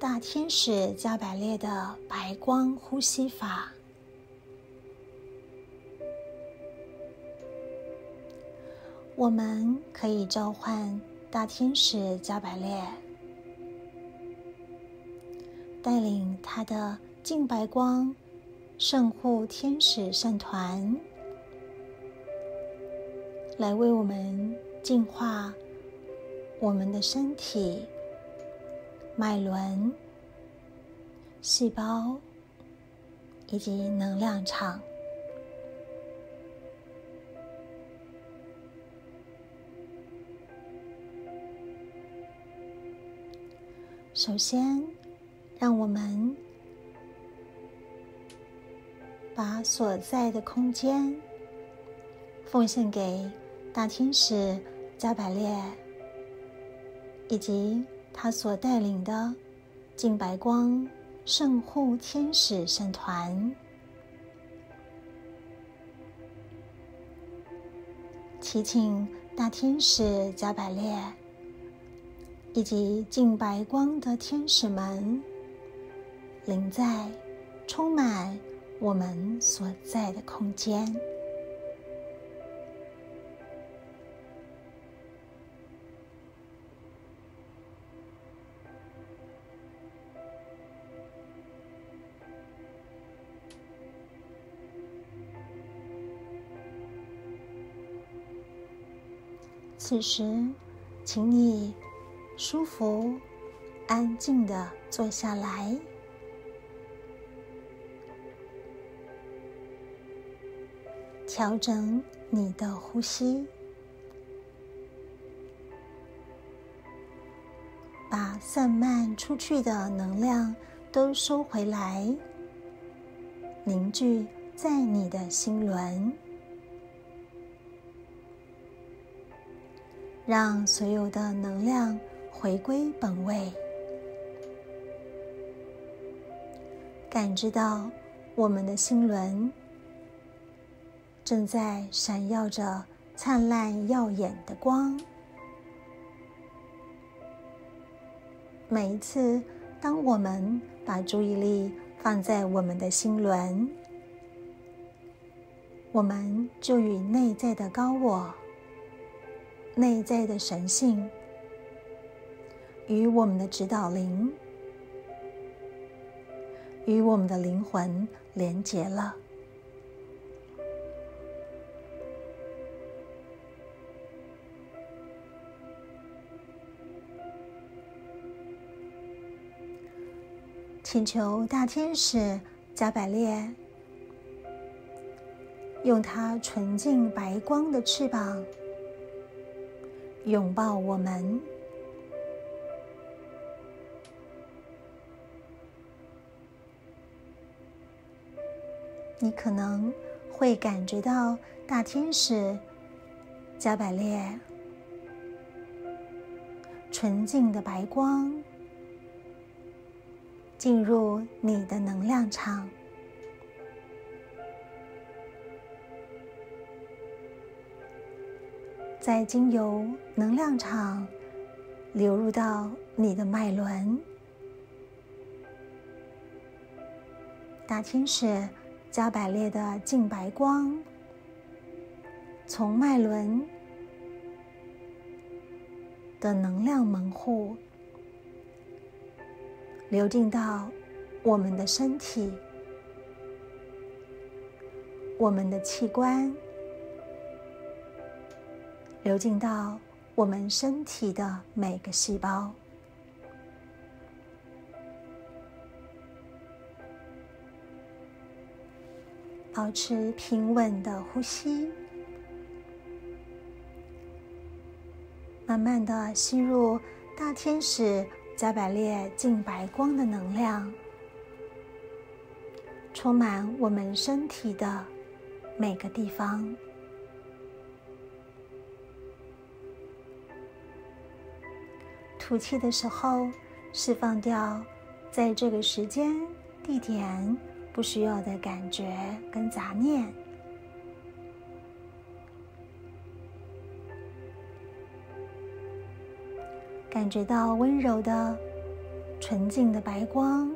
大天使加百列的白光呼吸法。我们可以召唤大天使加百列，带领他的净白光圣护天使圣团，来为我们净化我们的身体、脉轮、细胞以及能量场。首先，让我们把所在的空间奉献给大天使加百列以及他所带领的净白光圣护天使圣团，祈请大天使加百列以及净白光的天使们临在充满我们所在的空间。此时，请你舒服、安静地坐下来，调整你的呼吸，把散漫出去的能量都收回来，凝聚在你的心轮，让所有的能量回归本位，感知到我们的心轮正在闪耀着灿烂耀眼的光。每一次当我们把注意力放在我们的心轮，我们就与内在的高我、内在的神性与我们的指导灵、与我们的灵魂连结了。请求大天使加百列用他纯净白光的翅膀拥抱我们，你可能会感觉到大天使加百列纯净的白光进入你的能量场，再经由能量场流入到你的脉轮。大天使加百列的净白光从脉轮的能量门户流进到我们的身体、我们的器官，流进到我们身体的每个细胞。保持平稳的呼吸，慢慢地吸入大天使加百列净白光的能量，充满我们身体的每个地方。吐气的时候，释放掉在这个时间、地点不需要的感觉跟杂念。感觉到温柔的纯净的白光，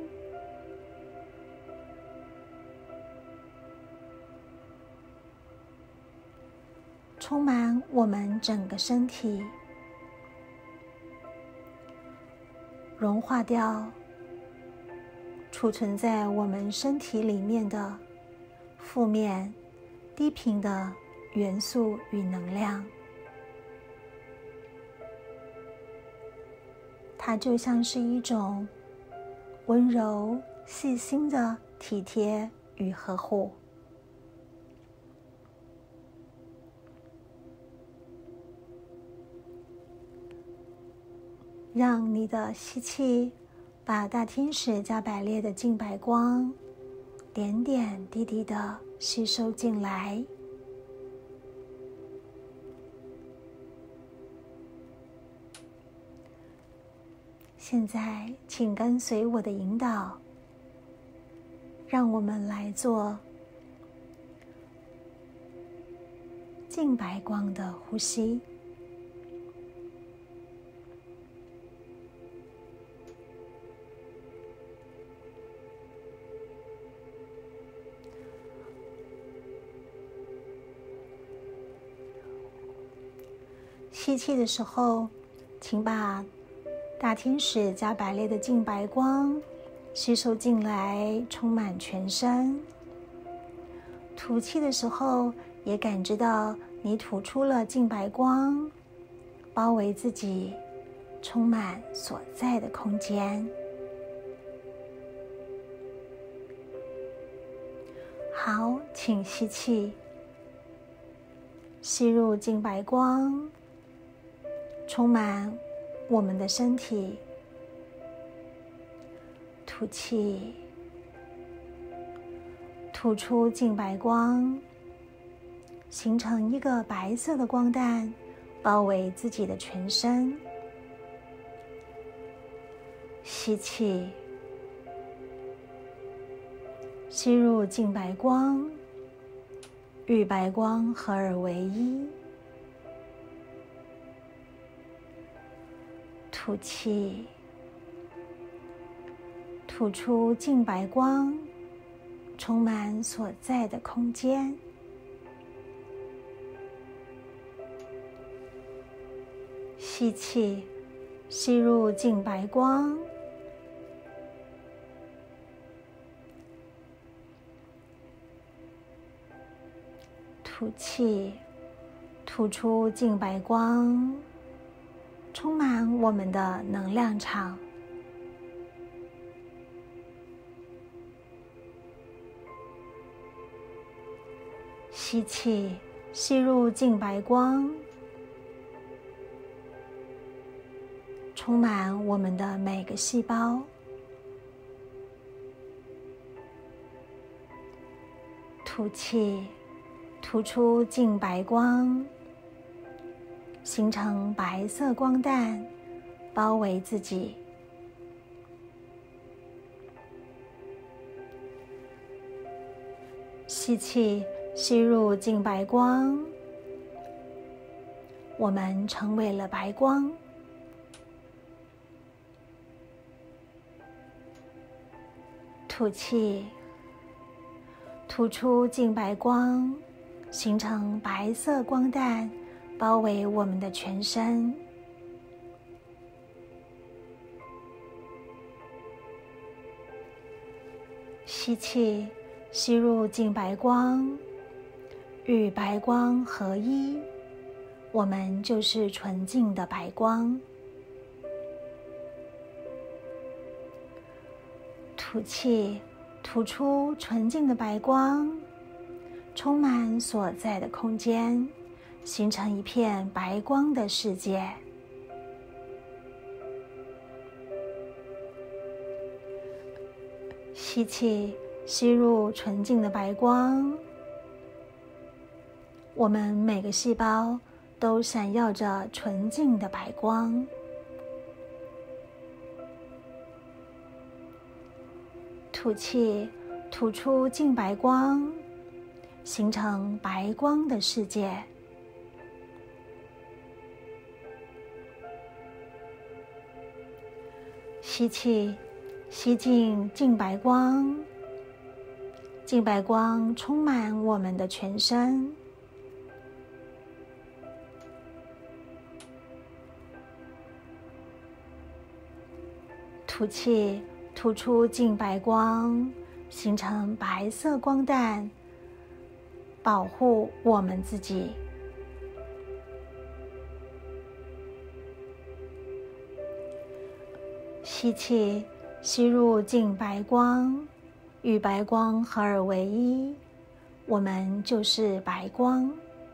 充满我们整个身体，融化掉储存在我们身体里面的负面、低频的元素与能量。它就像是一种温柔、细心的体贴与呵护。让你的吸气把大天使加百列的净白光点点滴滴的吸收进来。现在请跟随我的引导，让我们来做净白光的呼吸。吸气的时候，请把大天使加百列的净白光吸收进来，充满全身。吐气的时候，也感知到你吐出了净白光，包围自己，充满所在的空间。好，请吸气，吸入净白光，充满我们的身体。吐气，吐出净白光，形成一个白色的光弹，包围自己的全身。吸气，吸入净白光，与白光合而为一。吐气，吐出净白光，充满所在的空间。吸气，吸入净白光，吐气，吐出净白光，充满我们的能量场。吸气，吸入净白光，充满我们的每个细胞。吐气，吐出净白光，形成白色光弹，包围自己。吸气，吸入净白光，我们成为了白光。吐气，吐出净白光，形成白色光弹，包围我们的全身。吸气，吸入净白光，与白光合一，我们就是纯净的白光。吐气，吐出纯净的白光，充满所在的空间，形成一片白光的世界。吸气，吸入纯净的白光，我们每个细胞都闪耀着纯净的白光。吐气，吐出净白光，形成白光的世界。 吸气，吸进净白光，净白光充满我们的全身。吐气，吐出净白光，形成白色光弹，保护我们自己。吸气，吸入净白光，与白光合而为一，我们就是白光。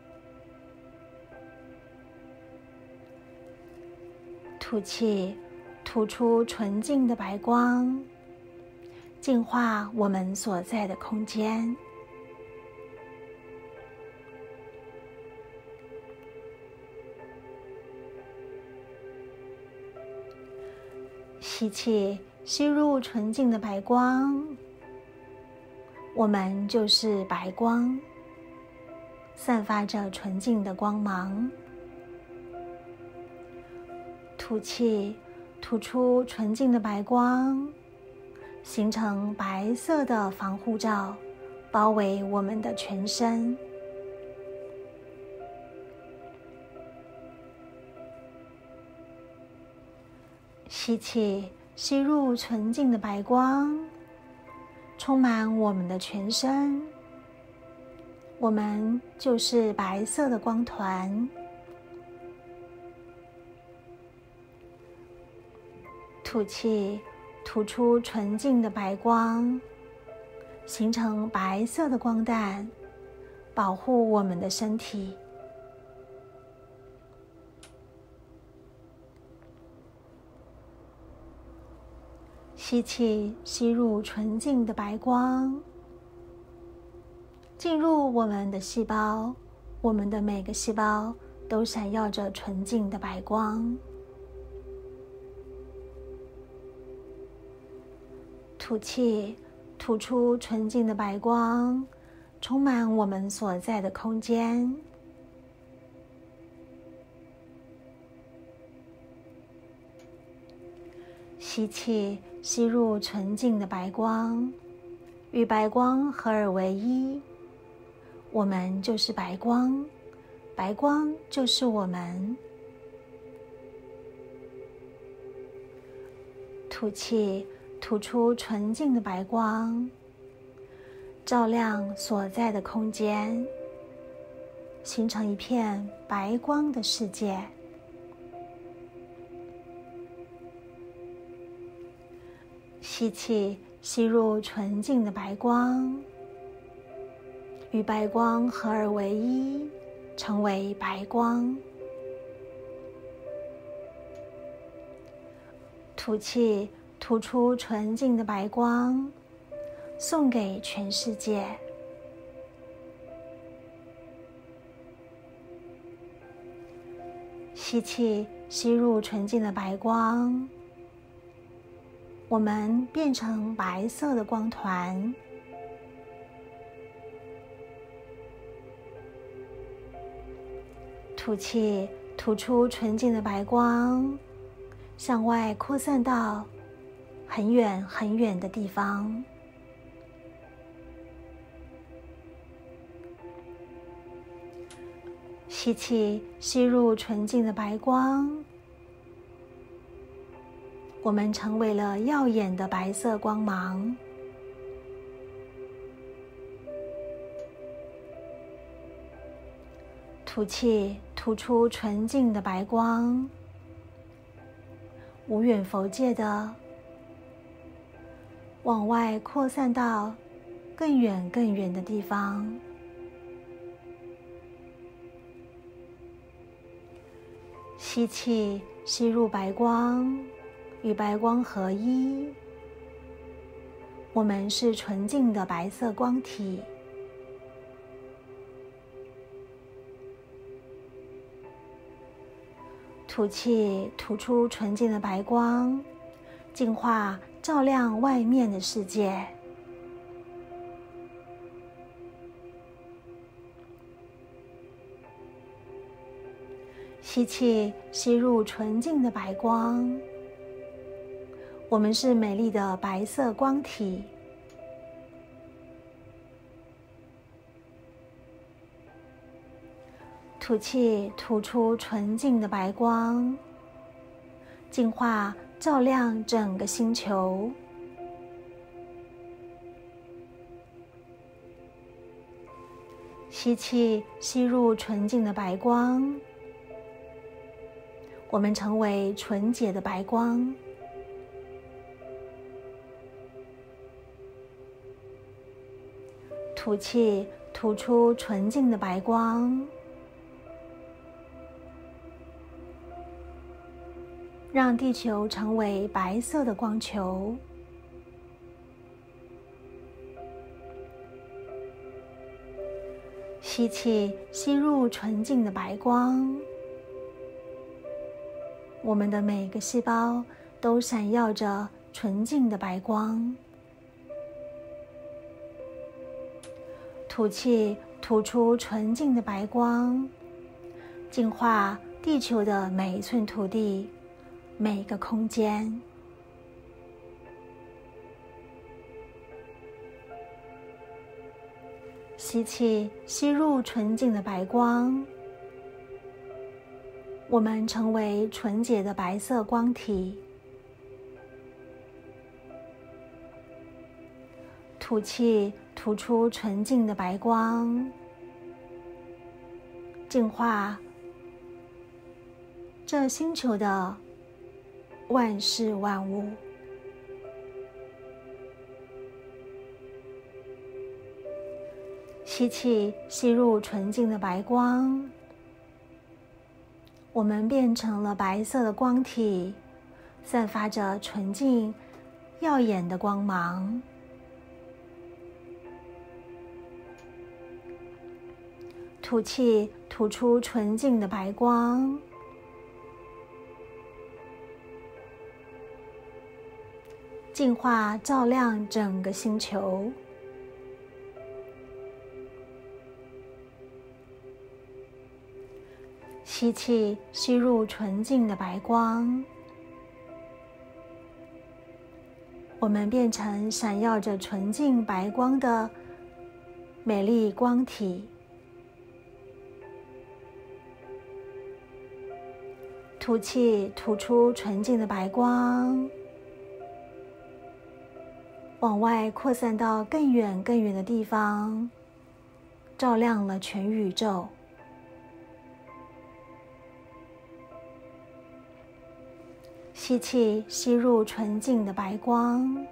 吐气，吐出纯净的白光，净化我们所在的空间。吸气，吸入纯净的白光，我们就是白光，散发着纯净的光芒。吐气，吐出纯净的白光，形成白色的防护罩，包围我们的全身。吸气，吸入纯净的白光，充满我们的全身，我们就是白色的光团。吐气，吐出纯净的白光，形成白色的光弹，保护我们的身体。吸气，吸入纯净的白光，进入我们的细胞，我们的每个细胞都闪耀着纯净的白光。吐气，吐出纯净的白光，充满我们所在的空间。吸气，吸入纯净的白光，与白光合而为一，我们就是白光，白光就是我们。吐气，吐出纯净的白光，照亮所在的空间，形成一片白光的世界。吸气，吸入纯净的白光，与白光合而为一，成为白光。吐气，吐出纯净的白光，送给全世界。吸气，吸入纯净的白光，我们变成白色的光团。吐气，吐出纯净的白光，向外扩散到很远很远的地方。吸气，吸入纯净的白光，我们成为了耀眼的白色光芒。吐气，吐出纯净的白光，无远弗届的往外扩散到更远更远的地方。吸气，吸入白光，与白光合一，我们是纯净的白色光体。吐气，吐出纯净的白光，净化照亮外面的世界。吸气，吸入纯净的白光， 我们是美丽的白色光体。吐气，吐出纯净的白光，净化照亮整个星球。吸气，吸入纯净的白光，我们成为纯洁的白光。吐气，吐出纯净的白光，让地球成为白色的光球。吸气，吸入纯净的白光，我们的每个细胞都闪耀着纯净的白光。吐气，吐出纯净的白光，净化地球的每一寸土地，每一个空间。吸气，吸入纯净的白光，我们成为纯洁的白色光体。吐气，吐出纯净的白光，净化这星球的万事万物。吸气，吸入纯净的白光，我们变成了白色的光体，散发着纯净耀眼的光芒。吐气，吐出纯净的白光，净化照亮整个星球。吸气，吸入纯净的白光，我们变成闪耀着纯净白光的美丽光体。吐气，吐出纯净的白光，往外扩散到更远更远的地方，照亮了全宇宙。吸气，吸入纯净的白光，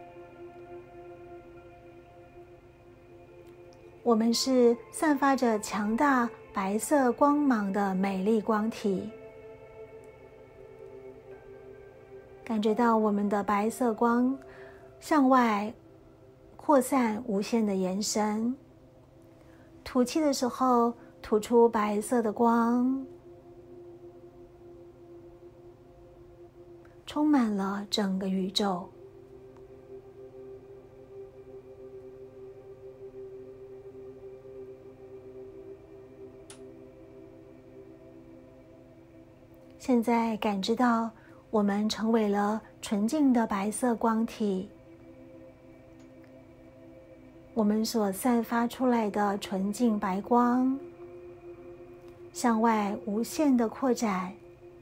我们是散发着强大白色光芒的美丽光体。感觉到我们的白色光向外扩散，无限的延伸。吐气的时候，吐出白色的光，充满了整个宇宙。现在感知到我们成为了纯净的白色光体，我们所散发出来的纯净白光向外无限的扩展，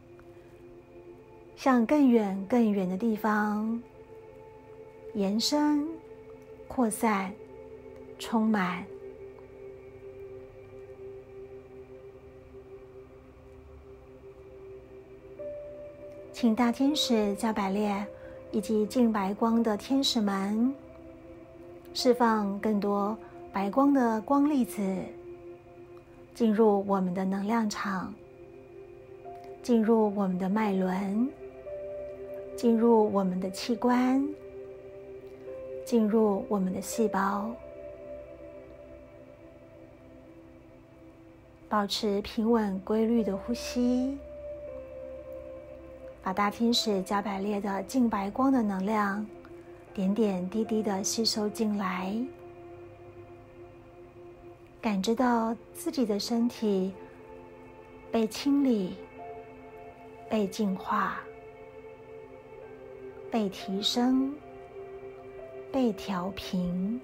向更远更远的地方延伸、扩散、充满。请大天使加百列以及净白光的天使们释放更多白光的光粒子进入我们的能量场，进入我们的脉轮，进入我们的器官，进入我们的细胞。保持平稳规律的呼吸，把大天使加百列的净白光的能量点点滴滴的吸收进来，感知到自己的身体被清理、被净化， 被提升、被调平。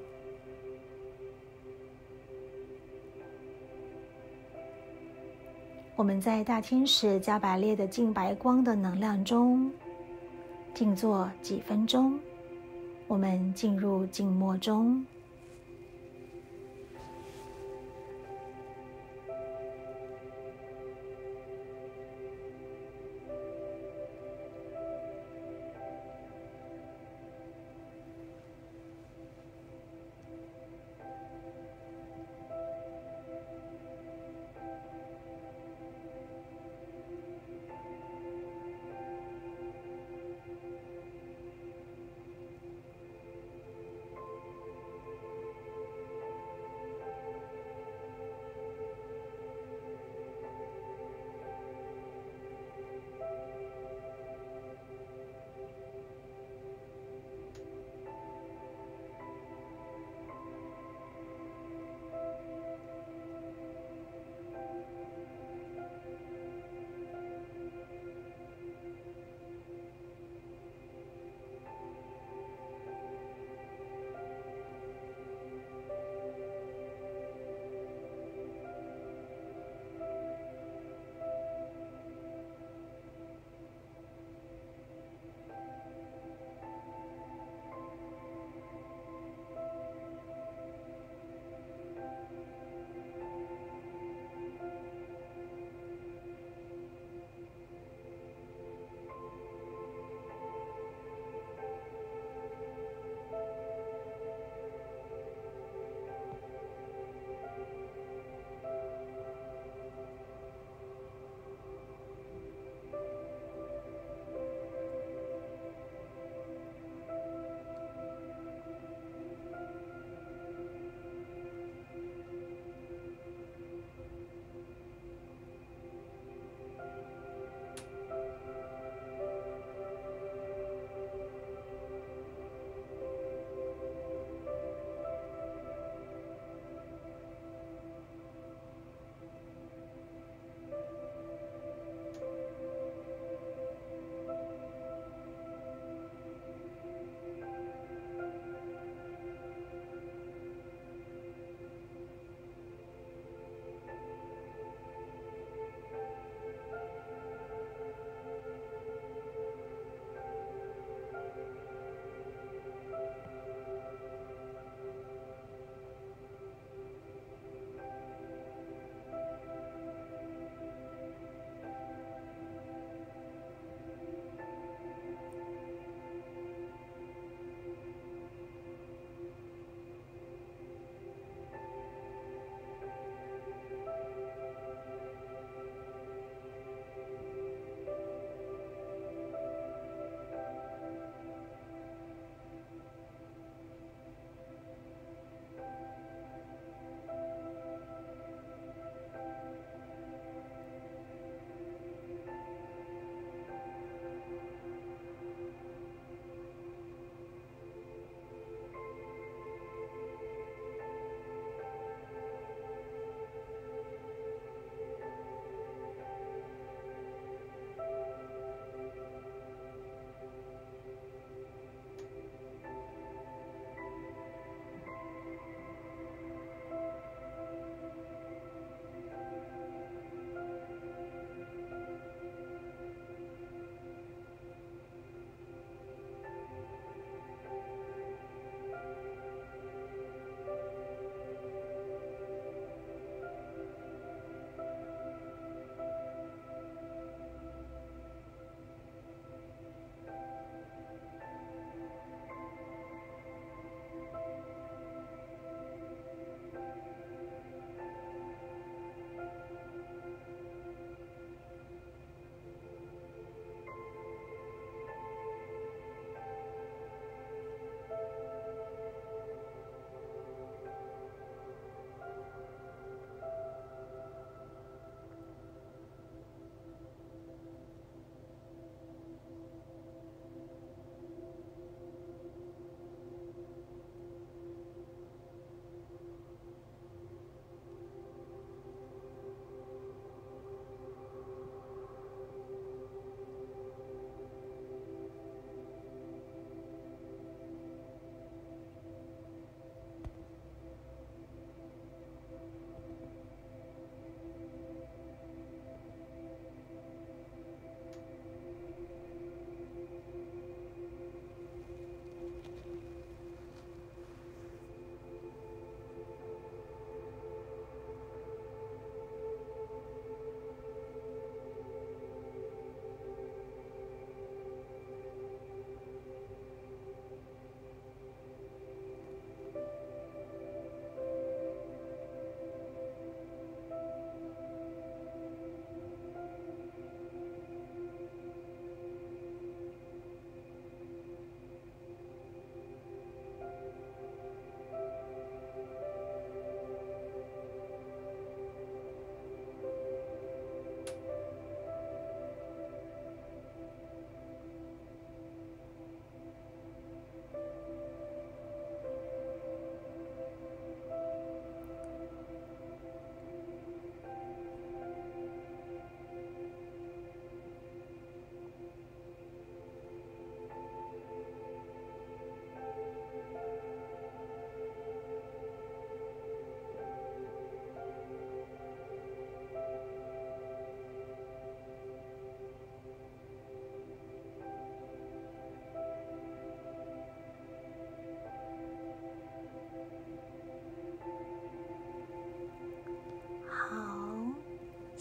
我们在大天使加百列的净白光的能量中静坐几分钟，我们进入静默中。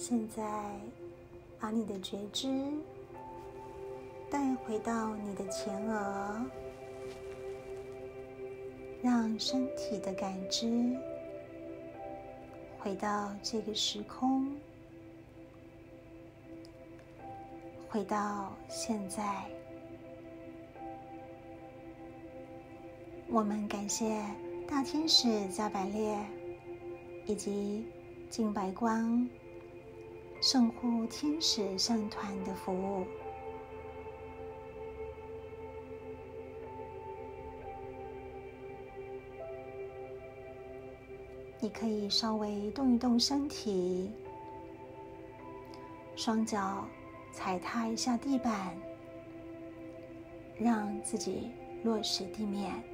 现在，把你的觉知带回到你的前额，让身体的感知回到这个时空，回到现在。我们感谢大天使加百列以及净白光圣护天使圣团的服务。你可以稍微动一动身体，双脚踩踏一下地板，让自己落实地面。